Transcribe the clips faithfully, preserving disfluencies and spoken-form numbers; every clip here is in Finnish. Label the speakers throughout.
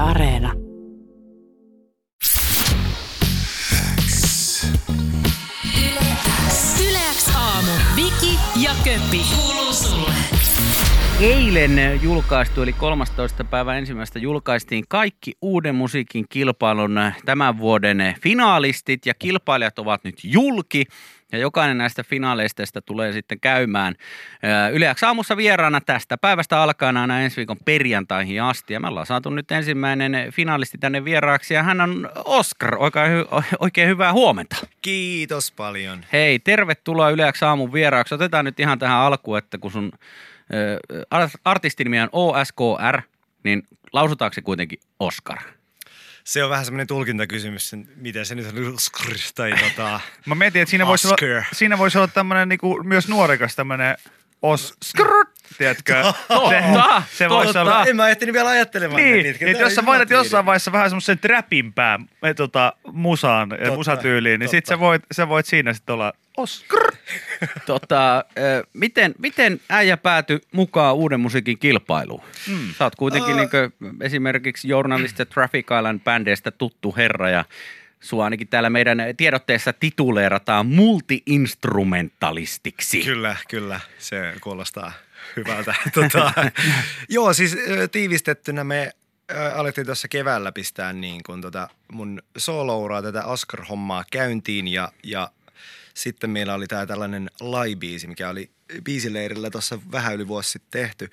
Speaker 1: Areena.
Speaker 2: Yle X aamu. Viki ja Köppi. Kuuluu sulle.
Speaker 3: Eilen julkaistu, eli kolmastoista päivä ensimmäistä julkaistiin kaikki uuden musiikin kilpailun tämän vuoden finaalistit ja kilpailijat ovat nyt julki. Ja jokainen näistä finaaleista tulee sitten käymään Yle X aamussa vieraana tästä päivästä alkaen aina ensi viikon perjantaihin asti. Ja me ollaan saatu nyt ensimmäinen finaalisti tänne vieraaksi ja hän on Oskar. Oikein, hy- oikein hyvää huomenta.
Speaker 4: Kiitos paljon.
Speaker 3: Hei, tervetuloa Yle X aamun vieraaksi. Otetaan nyt ihan tähän alkuun, että kun sun äh, artistin nimi on O S K R, niin lausutaanko se kuitenkin Oskar?
Speaker 4: Se on vähän semmoinen tulkintakysymys, miten se nyt on Oskar tai tota
Speaker 5: Mä mietin, että siinä voisi olla, siinä voisi olla tämmöinen niinku, myös nuorekas tämmöinen Oskar, tiedätkö?
Speaker 3: Totta,
Speaker 5: se, se voisi olla.
Speaker 4: En mä ehtinyt vielä ajattelemaan.
Speaker 5: Niin, että jos sä vaihdat jossain vaiheessa vähän semmoisen trapinpää tota, musaan, totta, musatyyliin, niin sit sä voit, sä voit siinä sitten olla Oskar.
Speaker 3: Tota, miten, miten äijä päätyi mukaan uuden musiikin kilpailuun? Mm. Sä oot kuitenkin uh. niin esimerkiksi Journalist ja Traffic Island bändeistä tuttu herra ja sua ainakin täällä meidän tiedotteessa tituleerataan multi-instrumentalistiksi.
Speaker 4: Kyllä, kyllä. Se kuulostaa hyvältä. tota, joo, siis tiivistettynä me Äh, alettiin tuossa keväällä pistää niin kun tota mun soolouraa tätä Oscar-hommaa käyntiin ja, ja sitten meillä oli tää tällainen live-biisi, mikä oli biisileirillä tuossa vähän yli vuosi sitten tehty.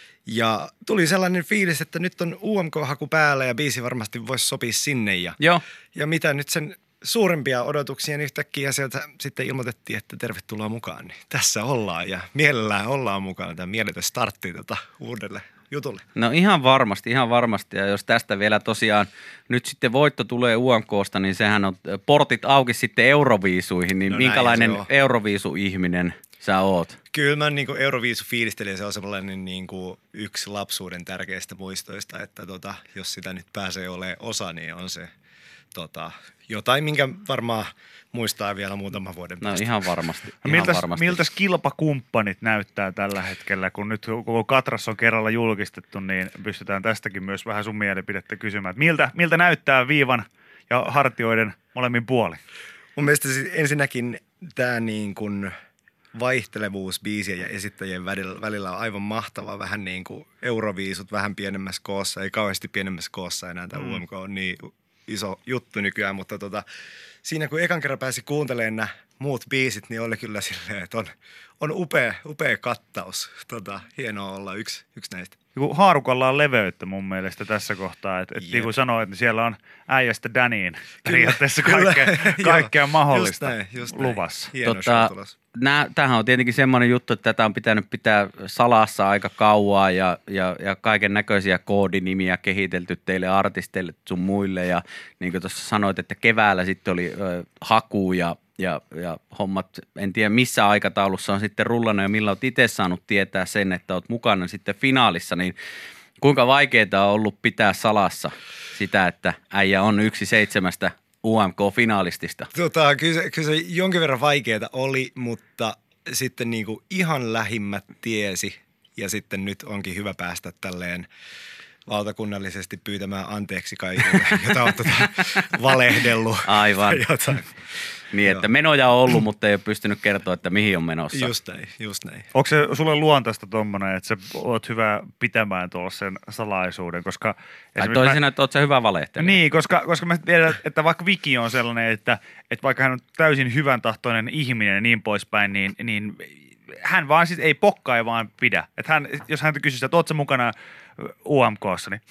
Speaker 4: Ja tuli sellainen fiilis, että nyt on U M K-haku päällä ja biisi varmasti voisi sopia sinne. Ja,
Speaker 3: Joo.
Speaker 4: ja mitä nyt sen suurempia odotuksia, niin yhtäkkiä sieltä sitten ilmoitettiin, että tervetuloa mukaan. Niin tässä ollaan ja mielellään ollaan mukana. Tämä mieletön startti tota uudelle jutulle.
Speaker 3: No ihan varmasti, ihan varmasti. Ja jos tästä vielä tosiaan nyt sitten voitto tulee U M K:sta, niin sehän on portit auki sitten Euroviisuihin. Niin no minkälainen Euroviisu-ihminen sä oot?
Speaker 4: Kyllä mä niin kuin Euroviisu-fiilistelijä, se on sellainen niin kuin yksi lapsuuden tärkeistä muistoista, että tota, jos sitä nyt pääsee olemaan osa, niin on se tota, jotain, minkä varmaan muistaa vielä muutaman vuoden päästä.
Speaker 3: No ihan varmasti. Ihan
Speaker 5: miltäs,
Speaker 3: varmasti.
Speaker 5: miltäs kilpakumppanit näyttää tällä hetkellä, kun nyt koko Katras on kerralla julkistettu, niin pystytään tästäkin myös vähän sun mielipidettä kysymään. Miltä, miltä näyttää viivan ja hartioiden molemmin puolin?
Speaker 4: Mun mielestä siis ensinnäkin tämä niin kuin vaihtelevuus biisien ja esittäjien välillä, välillä on aivan mahtava. Vähän niin kuin Euroviisut vähän pienemmässä koossa, ei kauheasti pienemmässä koossa enää tämä mm. U M K on niin iso juttu nykyään, mutta tota, siinä kun ekan kerran pääsi kuuntelemaan nämä muut biisit, niin oli kyllä silleen, että on, on upea, upea kattaus. Tota, hienoa olla yksi, yksi näistä.
Speaker 5: Haarukalla on leveyttä mun mielestä tässä kohtaa, että et niin kuin sanoit, että siellä on äijästä Daniin periaatteessa kaikkea, kaikkea mahdollista
Speaker 4: just näin, just
Speaker 5: luvassa.
Speaker 4: Hieno
Speaker 3: tota, tämähän on tietenkin semmoinen juttu, että tätä on pitänyt pitää salassa aika kauaa ja, ja, ja kaiken näköisiä koodinimiä kehitelty teille artisteille sun muille ja niin kuin tuossa sanoit, että keväällä sitten oli ö, haku ja Ja, ja hommat, en tiedä missä aikataulussa on sitten rullannut ja milloin olet itse saanut tietää sen, että olet mukana sitten finaalissa, niin kuinka vaikeaa on ollut pitää salassa sitä, että äijä on yksi seitsemästä U M K-finaalistista?
Speaker 4: Tota, kyllä, se, kyllä se jonkin verran vaikeaa oli, mutta sitten niin kuin ihan lähimmät tiesi ja sitten nyt onkin hyvä päästä tälleen valtakunnallisesti pyytämään anteeksi kaikille, jota on tota valehdellut.
Speaker 3: Aivan.
Speaker 4: Jotain.
Speaker 3: Niin, että menoja on ollut, mutta ei ole pystynyt kertoa, että mihin on menossa.
Speaker 4: Just näin, just näin.
Speaker 5: Onko se sulle luontaista tommonen, että sä oot hyvä pitämään tuollaisen salaisuuden, koska...
Speaker 3: Tai toisin, mä... että oot sä hyvä valehtelija.
Speaker 5: Niin, koska, koska mä tiedän, että vaikka Viki on sellainen, että, että vaikka hän on täysin hyvän tahtoinen ihminen ja niin poispäin, niin, niin hän vaan siis ei pokkaa ja vaan pidä. Että hän, jos häntä kysyisi, että oot sä mukana U M K:ssa, niin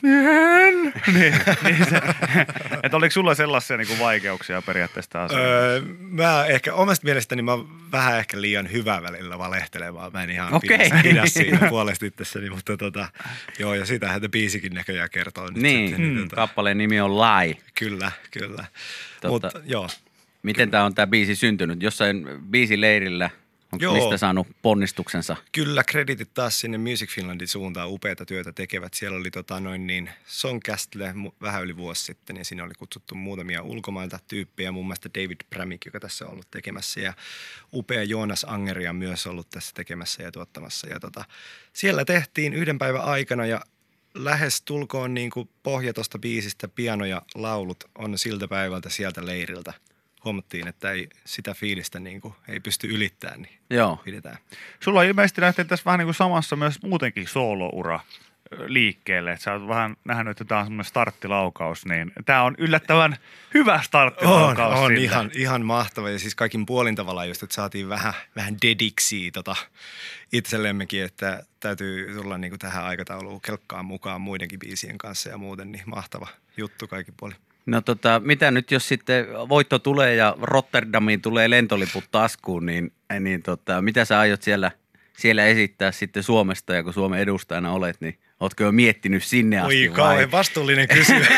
Speaker 5: niin, niin se, että oliko sulla sellaisia niin kuin vaikeuksia periaatteessa asioita?
Speaker 4: Öö, mä ehkä omasta mielestäni mä oon vähän ehkä liian hyvä välillä valehtelemaan. Mä en ihan
Speaker 3: okay.
Speaker 4: pidä, pidä siitä puolesta itsessäni, mutta tota, joo ja sitähän te biisikin näköjään kertoo. Nyt
Speaker 3: niin,
Speaker 4: sitten,
Speaker 3: mm,
Speaker 4: tota,
Speaker 3: kappaleen nimi on Lie.
Speaker 4: Kyllä, kyllä.
Speaker 3: Tota,
Speaker 4: mutta joo.
Speaker 3: Miten tää on tää biisi syntynyt? Jossain biisileirillä? Onko
Speaker 4: Joo.
Speaker 3: mistä saanut ponnistuksensa?
Speaker 4: Kyllä, kreditit taas sinne Music Finlandin suuntaan upeata työtä tekevät. Siellä oli tota noin niin Songcastille vähän yli vuosi sitten ja siinä oli kutsuttu muutamia ulkomailta tyyppejä, muun muassa David Bramik, joka tässä on ollut tekemässä ja upea Joonas Angeria myös ollut tässä tekemässä ja tuottamassa. Ja tota, siellä tehtiin yhden päivän aikana ja lähes tulkoon niin kuin pohja tuosta biisistä, piano ja laulut on siltä päivältä sieltä leiriltä. Huomattiin, että ei sitä fiilistä niin kuin, ei pysty ylittämään, niin
Speaker 3: Joo.
Speaker 4: pidetään.
Speaker 5: Sulla on ilmeisesti lähtee tässä vähän niin kuin samassa myös muutenkin sooloura liikkeelle, että sä oot vähän nähnyt, että tämä on semmoinen starttilaukaus, niin tämä on yllättävän hyvä starttilaukaus.
Speaker 4: On, on
Speaker 5: siltä.
Speaker 4: ihan, ihan mahtava ja siis kaikin puolin tavallaan just, että saatiin vähän, vähän dediksiä tota itsellemmekin, että täytyy tulla niin kuin tähän aikatauluun kelkkaan mukaan muidenkin biisien kanssa ja muuten, niin mahtava juttu kaikin puolin.
Speaker 3: No tota, mitä nyt jos sitten voitto tulee ja Rotterdamiin tulee lentoliput taskuun, niin, niin tota, mitä sä aiot siellä, siellä esittää sitten Suomesta ja kun Suomen edustajana olet, niin ootko jo miettinyt sinne asti
Speaker 4: Oi kauhean vastuullinen kysymys.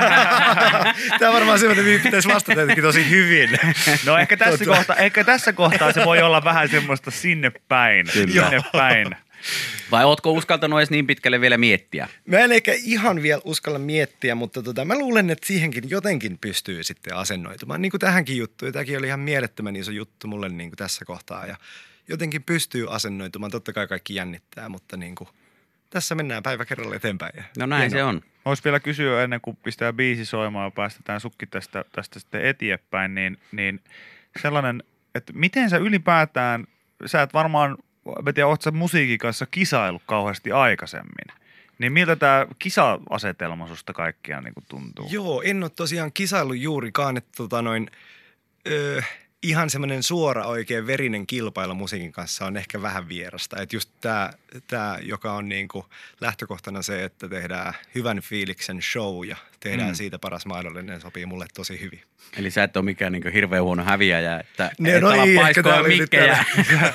Speaker 4: Tämä on varmaan semmoinen, mihin pitäisi vastata jotenkin tosi hyvin.
Speaker 5: No ehkä tässä,
Speaker 4: Tota.
Speaker 5: kohtaa, ehkä tässä kohtaa se voi olla vähän semmoista sinne päin,
Speaker 3: Kyllä.
Speaker 5: sinne päin.
Speaker 3: Vai ootko uskaltanut edes niin pitkälle vielä miettiä?
Speaker 4: Mä en ehkä ihan vielä uskalla miettiä, mutta tota, mä luulen, että siihenkin jotenkin pystyy sitten asennoitumaan. Niin kuin tähänkin juttuun. Tämäkin oli ihan mielettömän iso juttu mulle niin kuin tässä kohtaa. Ja jotenkin pystyy asennoitumaan. Totta kai kaikki jännittää, mutta niin kuin, tässä mennään päivä kerralla eteenpäin.
Speaker 3: No näin se on.
Speaker 5: Vois vielä kysyä ennen kuin pistää biisi soimaan ja päästetään sukki tästä, tästä sitten eteenpäin, niin, niin sellainen, että miten sä ylipäätään, sä et varmaan, mä tiedän, oot sä musiikin kanssa kisailut kauheasti aikaisemmin, niin miltä tämä kisa-asetelma susta kaikkiaan niin kuin tuntuu?
Speaker 4: Joo, en ole tosiaan kisaillut juurikaan, että tota noin, öö, ihan semmoinen suora oikein verinen kilpailu musiikin kanssa on ehkä vähän vierasta. Että just tämä, tää, joka on niinku lähtökohtana se, että tehdään hyvän fiiliksen show ja tehdään mm. siitä paras mahdollinen, sopii mulle tosi hyvin.
Speaker 3: Eli sä et ole mikään niin hirveän huono häviäjä, että
Speaker 4: Ne,
Speaker 3: et
Speaker 4: no
Speaker 3: ala
Speaker 4: ei, ehkä
Speaker 3: paiskoa
Speaker 4: täällä
Speaker 3: mikkejä.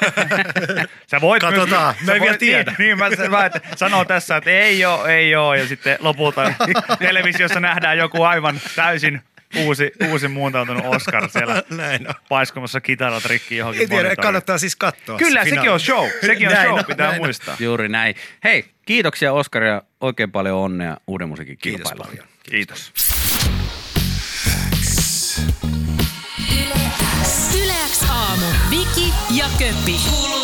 Speaker 5: Sä voit
Speaker 4: Katsotaan,
Speaker 5: myös,
Speaker 4: mä en
Speaker 5: sä
Speaker 4: vielä
Speaker 5: voit-
Speaker 4: tiedä.
Speaker 5: Niin, niin mä, mä että sanoo tässä, että ei oo, ei oo, ja sitten lopulta televisiossa nähdään joku aivan täysin uusi, uusi muuntautunut Oscar siellä
Speaker 4: Näin on.
Speaker 5: paiskomassa kitarat rikki johonkin
Speaker 4: Ei tiedä,
Speaker 5: monitoriin.
Speaker 4: kannattaa siis katsoa.
Speaker 5: Kyllä,
Speaker 4: se
Speaker 5: sekin on show. Sekin on
Speaker 4: Näin
Speaker 5: show,
Speaker 4: on,
Speaker 5: pitää
Speaker 4: näin on.
Speaker 5: muistaa.
Speaker 3: Juuri näin. Hei, kiitoksia Oskar ja oikein paljon onnea uuden musiikin
Speaker 4: Kiitos
Speaker 3: kilpailuun.
Speaker 4: paljon.
Speaker 5: Kiitos.
Speaker 2: Yle X aamu. Viki ja Köppi.